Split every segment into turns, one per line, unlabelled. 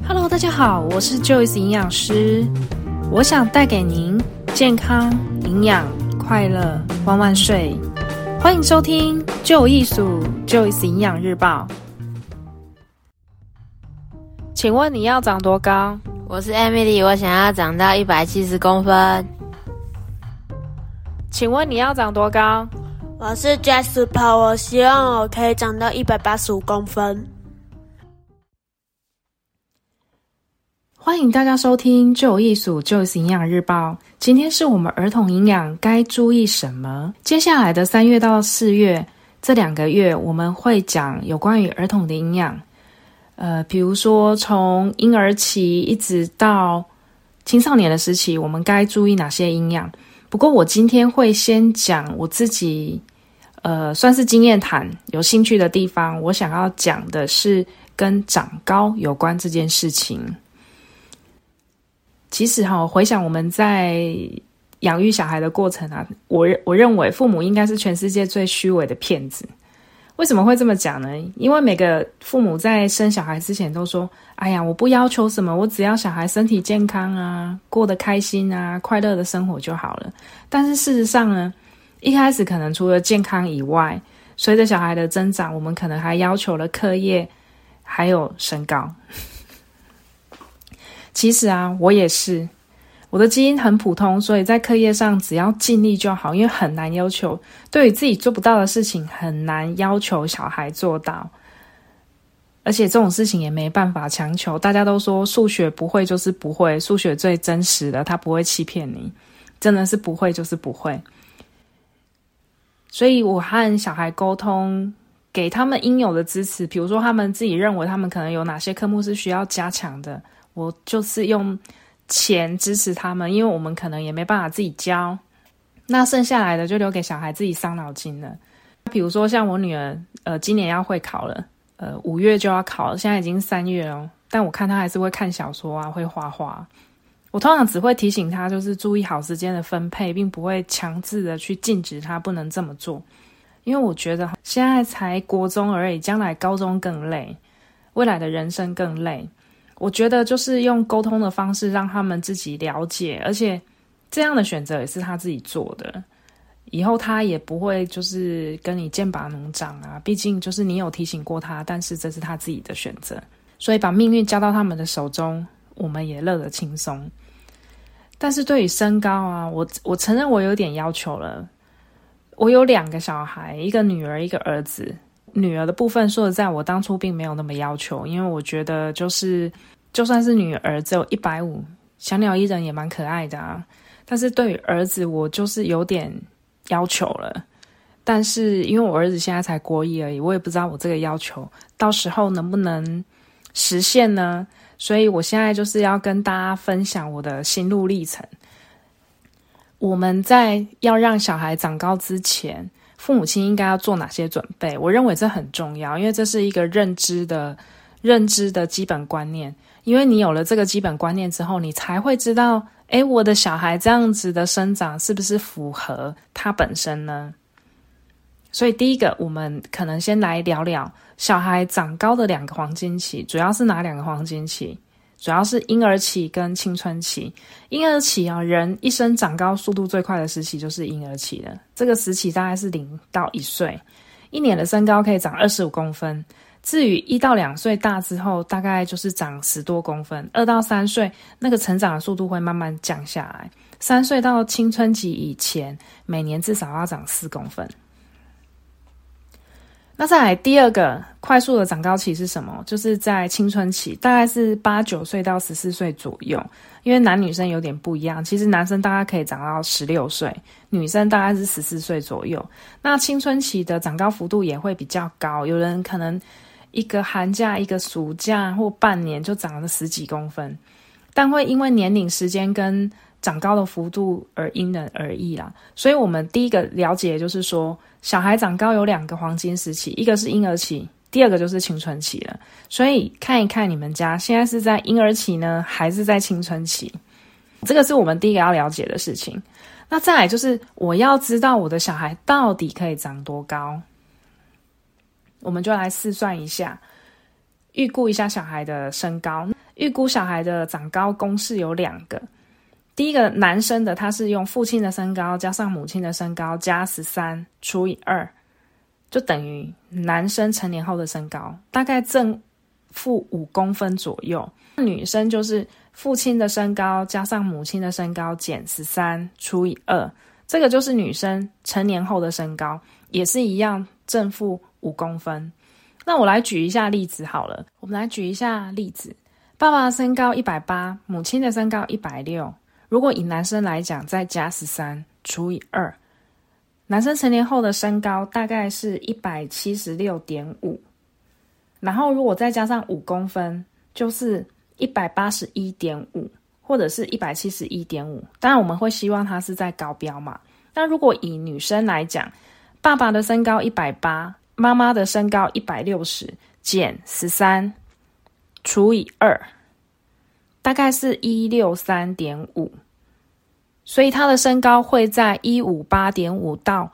Hello， 大家好，我是 Joyce 营养师，我想带给您健康、营养、快乐、万万岁！欢迎收听就艺术 Joyce 营养日报。请问你要长多高？
我是 Emily， 我想要长到170公分。
请问你要长多高？
我是 Jasper， 我希望我可以长到185公分。
欢迎大家收听就艺术 Joyce 营养日报。今天是我们儿童营养该注意什么？接下来的3月到4月这2个月，我们会讲有关于儿童的营养。比如说从婴儿期一直到青少年的时期，我们该注意哪些营养？不过我今天会先讲我自己算是经验谈，有兴趣的地方。我想要讲的是跟长高有关这件事情。其实回想我们在养育小孩的过程啊，我认为父母应该是全世界最虚伪的骗子。为什么会这么讲呢？因为每个父母在生小孩之前都说，哎呀，我不要求什么，我只要小孩身体健康啊，过得开心啊，快乐的生活就好了。但是事实上呢，一开始可能除了健康以外，随着小孩的增长，我们可能还要求了课业还有身高。其实啊，我也是，我的基因很普通，所以在课业上只要尽力就好，因为很难要求，对于自己做不到的事情很难要求小孩做到，而且这种事情也没办法强求。大家都说数学不会就是不会，数学最真实的，它不会欺骗你，真的是不会就是不会。所以我和小孩沟通，给他们应有的支持，比如说他们自己认为他们可能有哪些科目是需要加强的，我就是用钱支持他们，因为我们可能也没办法自己教，那剩下来的就留给小孩自己伤脑筋了。比如说像我女儿今年要会考了，5月就要考了，现在已经3月了，但我看她还是会看小说啊，会画画。我通常只会提醒她就是注意好时间的分配，并不会强制的去禁止她不能这么做，因为我觉得现在才国中而已，将来高中更累，未来的人生更累。我觉得就是用沟通的方式让他们自己了解，而且这样的选择也是他自己做的，以后他也不会就是跟你剑拔弩张啊，毕竟就是你有提醒过他，但是这是他自己的选择，所以把命运交到他们的手中，我们也乐得轻松。但是对于身高啊，我承认我有点要求了。我有2个小孩，一个女儿一个儿子。女儿的部分说实在我当初并没有那么要求，因为我觉得就算是女儿只有150，小鸟依人也蛮可爱的啊。但是对于儿子我就是有点要求了，但是因为我儿子现在才国1而已，我也不知道我这个要求到时候能不能实现呢，所以我现在就是要跟大家分享我的心路历程。我们在要让小孩长高之前，父母亲应该要做哪些准备？我认为这很重要，因为这是一个认知的基本观念。因为你有了这个基本观念之后，你才会知道，我的小孩这样子的生长是不是符合他本身呢？所以第一个，我们可能先来聊聊小孩长高的2个黄金期，主要是哪2个黄金期？主要是婴儿期跟青春期。婴儿期啊，人一生长高速度最快的时期就是婴儿期了。这个时期大概是0到1岁，1年的身高可以长25公分。至于1到2岁大之后，大概就是长10多公分。2到3岁那个成长的速度会慢慢降下来。3岁到青春期以前，每年至少要长4公分。那再来第2个快速的长高期是什么？就是在青春期，大概是8、9岁到14岁左右。因为男女生有点不一样，其实男生大概可以长到16岁，女生大概是14岁左右。那青春期的长高幅度也会比较高，有人可能一个寒假、一个暑假或半年就长了10几公分，但会因为年龄、时间跟长高的幅度而因人而异啦。所以我们第一个了解就是说，小孩长高有2个黄金时期，一个是婴儿期，第2个就是青春期了。所以看一看你们家现在是在婴儿期呢，还是在青春期，这个是我们第一个要了解的事情。那再来就是我要知道我的小孩到底可以长多高，我们就来试算一下，预估一下小孩的身高。 预估小孩的长高公式有2个。第一个男生的，他是用父亲的身高加上母亲的身高加13除以2，就等于男生成年后的身高，大概正负5公分左右。女生就是父亲的身高加上母亲的身高减13除以2，这个就是女生成年后的身高，也是一样正负5公分。那我来举一下例子好了，我们来举一下例子。爸爸的身高180，母亲的身高160，如果以男生来讲，再加13除以2，男生成年后的身高大概是 176.5， 然后如果再加上5公分，就是 181.5 或者是 171.5， 当然我们会希望他是在高标嘛。那如果以女生来讲，爸爸的身高180，妈妈的身高160减13除以2，大概是 163.5， 所以他的身高会在 158.5 到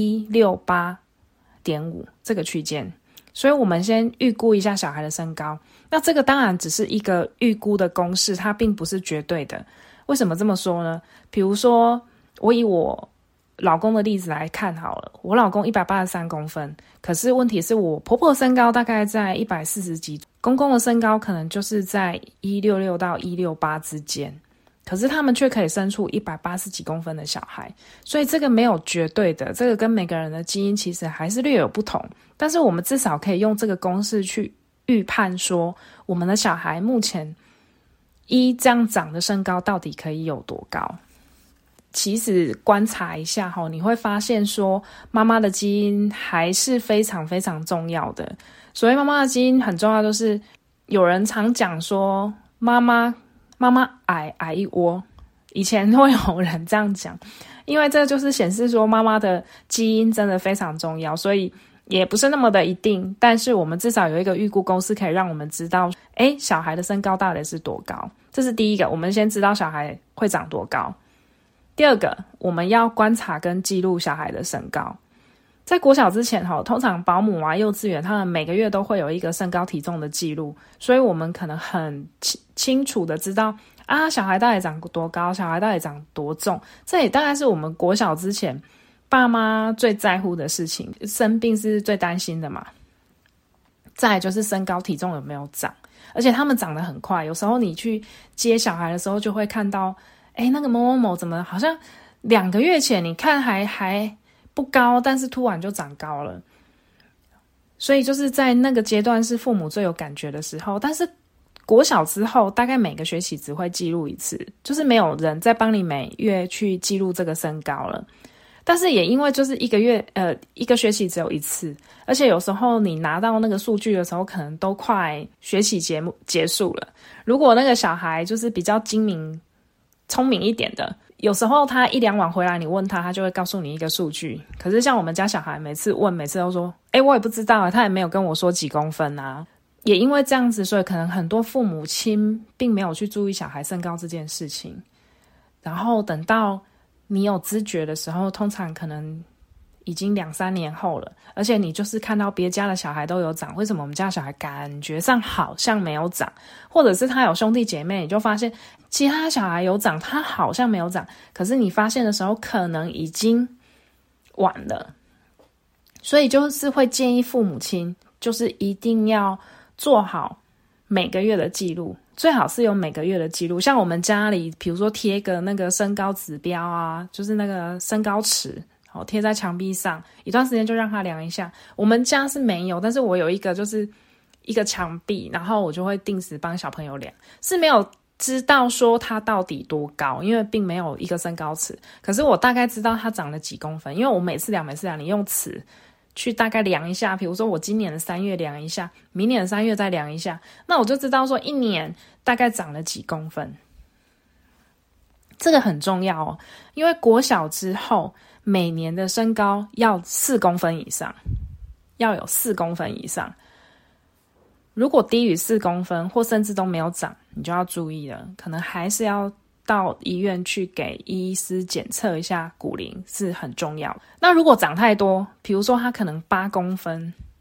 168.5 这个区间。所以我们先预估一下小孩的身高，那这个当然只是一个预估的公式，它并不是绝对的。为什么这么说呢？比如说我以我老公的例子来看好了，我老公183公分，可是问题是我婆婆的身高大概在140几，公公的身高可能就是在166到168之间，可是他们却可以生出180几公分的小孩。所以这个没有绝对的，这个跟每个人的基因其实还是略有不同，但是我们至少可以用这个公式去预判说我们的小孩目前这样长的身高到底可以有多高。其实观察一下你会发现说妈妈的基因还是非常非常重要的。所谓妈妈的基因很重要，就是有人常讲说妈妈矮一窝，以前会有人这样讲，因为这就是显示说妈妈的基因真的非常重要，所以也不是那么的一定，但是我们至少有一个预估公式可以让我们知道小孩的身高到底是多高。这是第一个，我们先知道小孩会长多高。第二个，我们要观察跟记录小孩的身高。在国小之前通常保姆啊、幼稚园他们每个月都会有一个身高体重的记录，所以我们可能很清楚的知道小孩到底长多高，小孩到底长多重。这也大概是我们国小之前爸妈最在乎的事情，生病是最担心的嘛。再来就是身高体重有没有长，而且他们长得很快，有时候你去接小孩的时候就会看到那个某某某怎么好像2个月前你看还不高，但是突然就长高了。所以就是在那个阶段是父母最有感觉的时候，但是国小之后大概每个学期只会记录一次，就是没有人再帮你每月去记录这个身高了。但是也因为就是一个学期只有一次，而且有时候你拿到那个数据的时候可能都快学期结束了。如果那个小孩就是比较精明聪明一点的，有时候他1-2晚回来你问他就会告诉你一个数据。可是像我们家小孩每次都说我也不知道他也没有跟我说几公分啊。也因为这样子，所以可能很多父母亲并没有去注意小孩身高这件事情，然后等到你有知觉的时候，通常可能已经2-3年后了，而且你就是看到别家的小孩都有长，为什么我们家的小孩感觉上好像没有长？或者是他有兄弟姐妹，你就发现其他小孩有长，他好像没有长，可是你发现的时候可能已经晚了。所以就是会建议父母亲就是一定要做好每个月的记录，最好是有每个月的记录。像我们家里比如说贴个那个身高指标啊，就是那个身高尺贴在墙壁上，一段时间就让他量一下。我们家是没有，但是我有一个就是一个墙壁，然后我就会定时帮小朋友量，是没有知道说他到底多高，因为并没有一个身高尺，可是我大概知道他长了几公分，因为我每次量你用尺去大概量一下，比如说我今年的3月量一下，明年的3月再量一下，那我就知道说1年大概长了几公分。这个很重要因为国小之后每年的身高要4公分以上，要有4公分以上。如果低于4公分或甚至都没有长，你就要注意了，可能还是要到医院去给医师检测一下骨龄，是很重要。那如果长太多，比如说他可能8公分，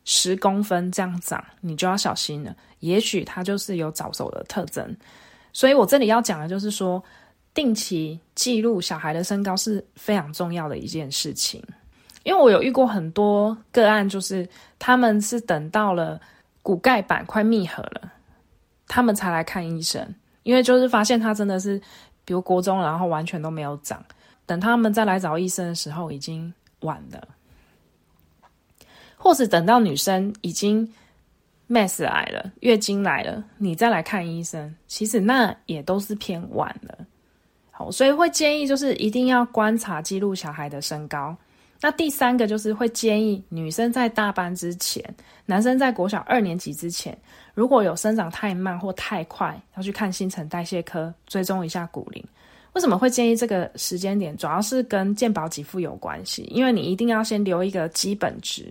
10公分这样长，你就要小心了，也许他就是有早熟的特征。所以我这里要讲的就是说，定期记录小孩的身高是非常重要的一件事情。因为我有遇过很多个案，就是他们是等到了骨盖板快密合了，他们才来看医生，因为就是发现他真的是比如国中然后完全都没有长，等他们再来找医生的时候已经晚了，或是等到女生已经 MES 来了，月经来了，你再来看医生，其实那也都是偏晚了。好，所以会建议就是一定要观察记录小孩的身高。那第3个就是会建议女生在大班之前，男生在国小2年级之前，如果有生长太慢或太快，要去看新陈代谢科追踪一下骨龄。为什么会建议这个时间点？主要是跟健保给付有关系，因为你一定要先留一个基本值，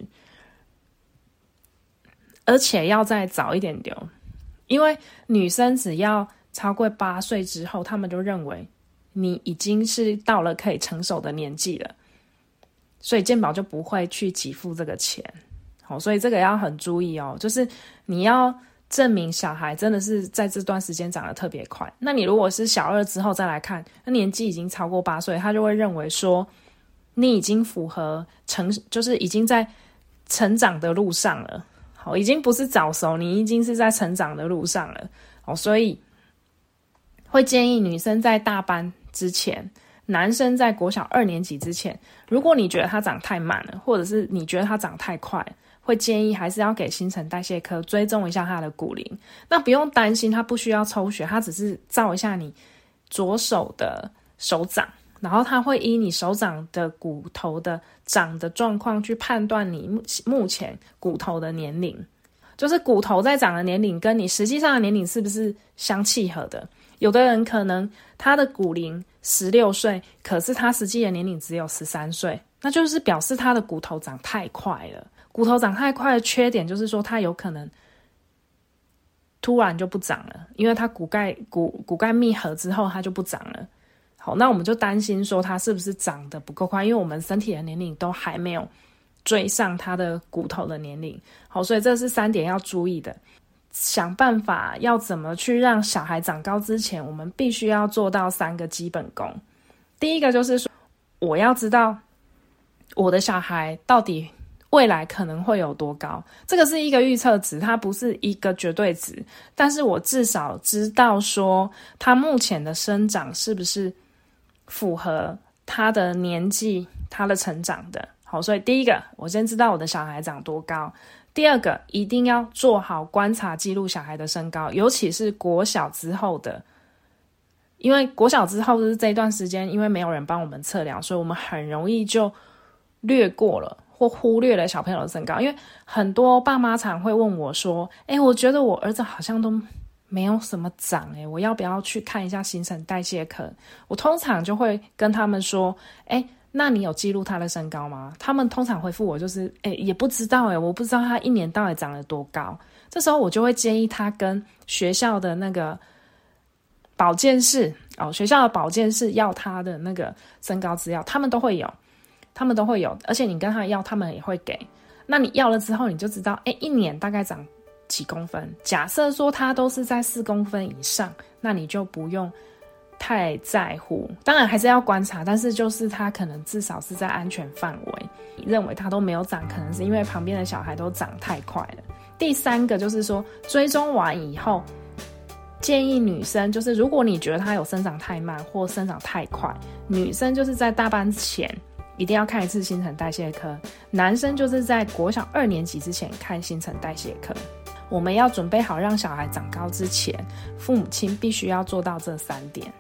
而且要再早一点留，因为女生只要超过8岁之后，他们就认为你已经是到了可以成熟的年纪了，所以健保就不会去给付这个钱。好，所以这个要很注意哦，就是你要证明小孩真的是在这段时间长得特别快。那你如果是小2之后再来看，那年纪已经超过8岁，他就会认为说你已经符合就是已经在成长的路上了。好，已经不是早熟，你已经是在成长的路上了。好，所以会建议女生在大班之前，男生在国小2年级之前，如果你觉得他长太慢了，或者是你觉得他长太快，会建议还是要给新陈代谢科追踪一下他的骨龄。那不用担心，他不需要抽血，他只是照一下你左手的手掌，然后他会依你手掌的骨头的长的状况去判断你目前骨头的年龄，就是骨头在长的年龄跟你实际上的年龄是不是相契合的。有的人可能他的骨龄16岁，可是他实际的年龄只有13岁，那就是表示他的骨头长太快了。骨头长太快的缺点就是说，他有可能突然就不长了，因为他骨盖密合之后，他就不长了。好，那我们就担心说他是不是长得不够快，因为我们身体的年龄都还没有追上他的骨头的年龄。好，所以这是3点要注意的。想办法要怎么去让小孩长高之前，我们必须要做到3个基本功。第一个就是说，我要知道我的小孩到底未来可能会有多高，这个是一个预测值，它不是一个绝对值，但是我至少知道说他目前的生长是不是符合他的年纪他的成长的。好，所以第一个我先知道我的小孩长多高。第二个一定要做好观察记录小孩的身高，尤其是国小之后的，因为国小之后就是这一段时间因为没有人帮我们测量，所以我们很容易就略过了或忽略了小朋友的身高。因为很多爸妈常会问我说，我觉得我儿子好像都没有什么长，我要不要去看一下新陈代谢科？我通常就会跟他们说，那你有记录他的身高吗？他们通常回复我就是也不知道我不知道他1年到底长了多高。这时候我就会建议他跟学校的那个保健室学校的保健室要他的那个身高资料，他们都会有，而且你跟他要他们也会给。那你要了之后你就知道1年大概长几公分。假设说他都是在4公分以上，那你就不用太在乎，当然还是要观察，但是就是他可能至少是在安全范围。你认为他都没有长，可能是因为旁边的小孩都长太快了。第3个就是说，追踪完以后，建议女生就是如果你觉得他有生长太慢或生长太快，女生就是在大班前一定要看一次新陈代谢科，男生就是在国小2年级之前看新陈代谢科。我们要准备好让小孩长高之前，父母亲必须要做到这3点。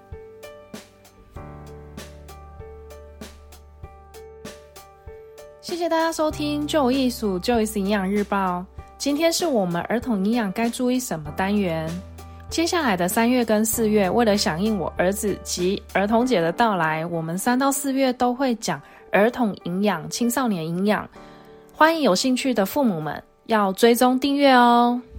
谢谢大家收听就有艺术 Joyce 营养日报。今天是我们儿童营养该注意什么单元。接下来的3月跟4月，为了响应我儿子及儿童节的到来，我们3到4月都会讲儿童营养、青少年营养。欢迎有兴趣的父母们要追踪订阅哦。